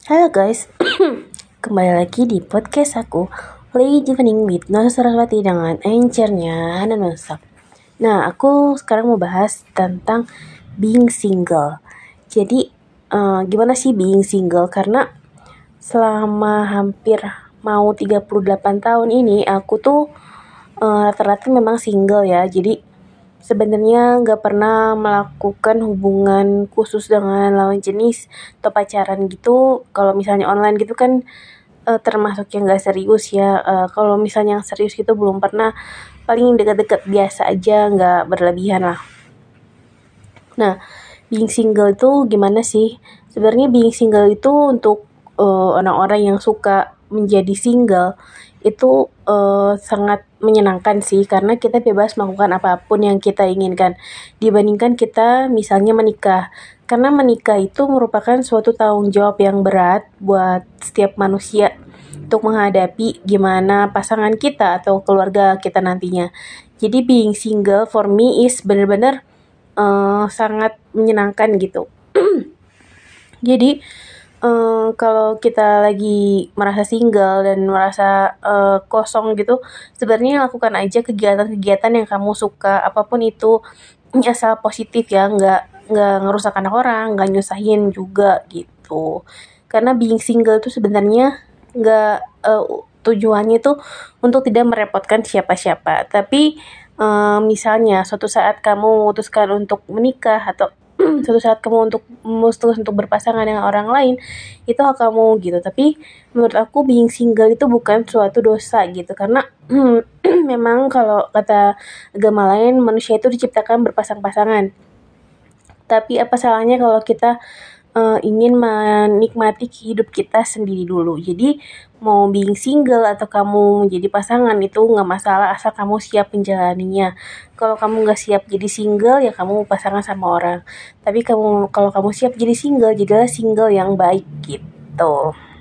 Halo guys, kembali lagi di podcast aku Lady Evening with Nusa Saraswati dengan anchor-nya Hana Nusa. Nah, aku sekarang mau bahas tentang being single. Jadi, gimana sih being single? Karena selama hampir mau 38 tahun ini, aku tuh rata-rata memang single ya. Jadi, sebenarnya nggak pernah melakukan hubungan khusus dengan lawan jenis atau pacaran gitu. Kalau misalnya online gitu kan termasuk yang nggak serius ya. Kalau misalnya yang serius gitu belum pernah. Paling dekat-dekat biasa aja, nggak berlebihan lah. Nah, being single itu gimana sih? Sebenarnya being single itu untuk orang-orang yang suka menjadi single itu sangat menyenangkan sih, karena kita bebas melakukan apapun yang kita inginkan dibandingkan kita misalnya menikah. Karena menikah itu merupakan suatu tanggung jawab yang berat buat setiap manusia untuk menghadapi gimana pasangan kita atau keluarga kita nantinya. Jadi being single for me is bener-bener sangat menyenangkan gitu. Jadi kalau kita lagi merasa single dan merasa kosong gitu, sebenarnya lakukan aja kegiatan-kegiatan yang kamu suka, apapun itu, asal positif ya, nggak ngerusak anak orang, nggak nyusahin juga gitu. Karena being single itu sebenarnya nggak tujuannya tuh untuk tidak merepotkan siapa-siapa, tapi misalnya suatu saat kamu memutuskan untuk menikah atau suatu saat kamu memutuskan untuk berpasangan dengan orang lain, itu hak kamu gitu. Tapi menurut aku being single itu bukan suatu dosa gitu, karena memang kalau kata agama lain manusia itu diciptakan berpasang-pasangan. Tapi apa salahnya kalau kita ingin menikmati hidup kita sendiri dulu. Jadi mau being single atau kamu menjadi pasangan itu nggak masalah asal kamu siap menjalaninya. Kalau kamu nggak siap jadi single ya kamu pasangan sama orang. Tapi kalau kamu siap jadi single, jadilah single yang baik gitu.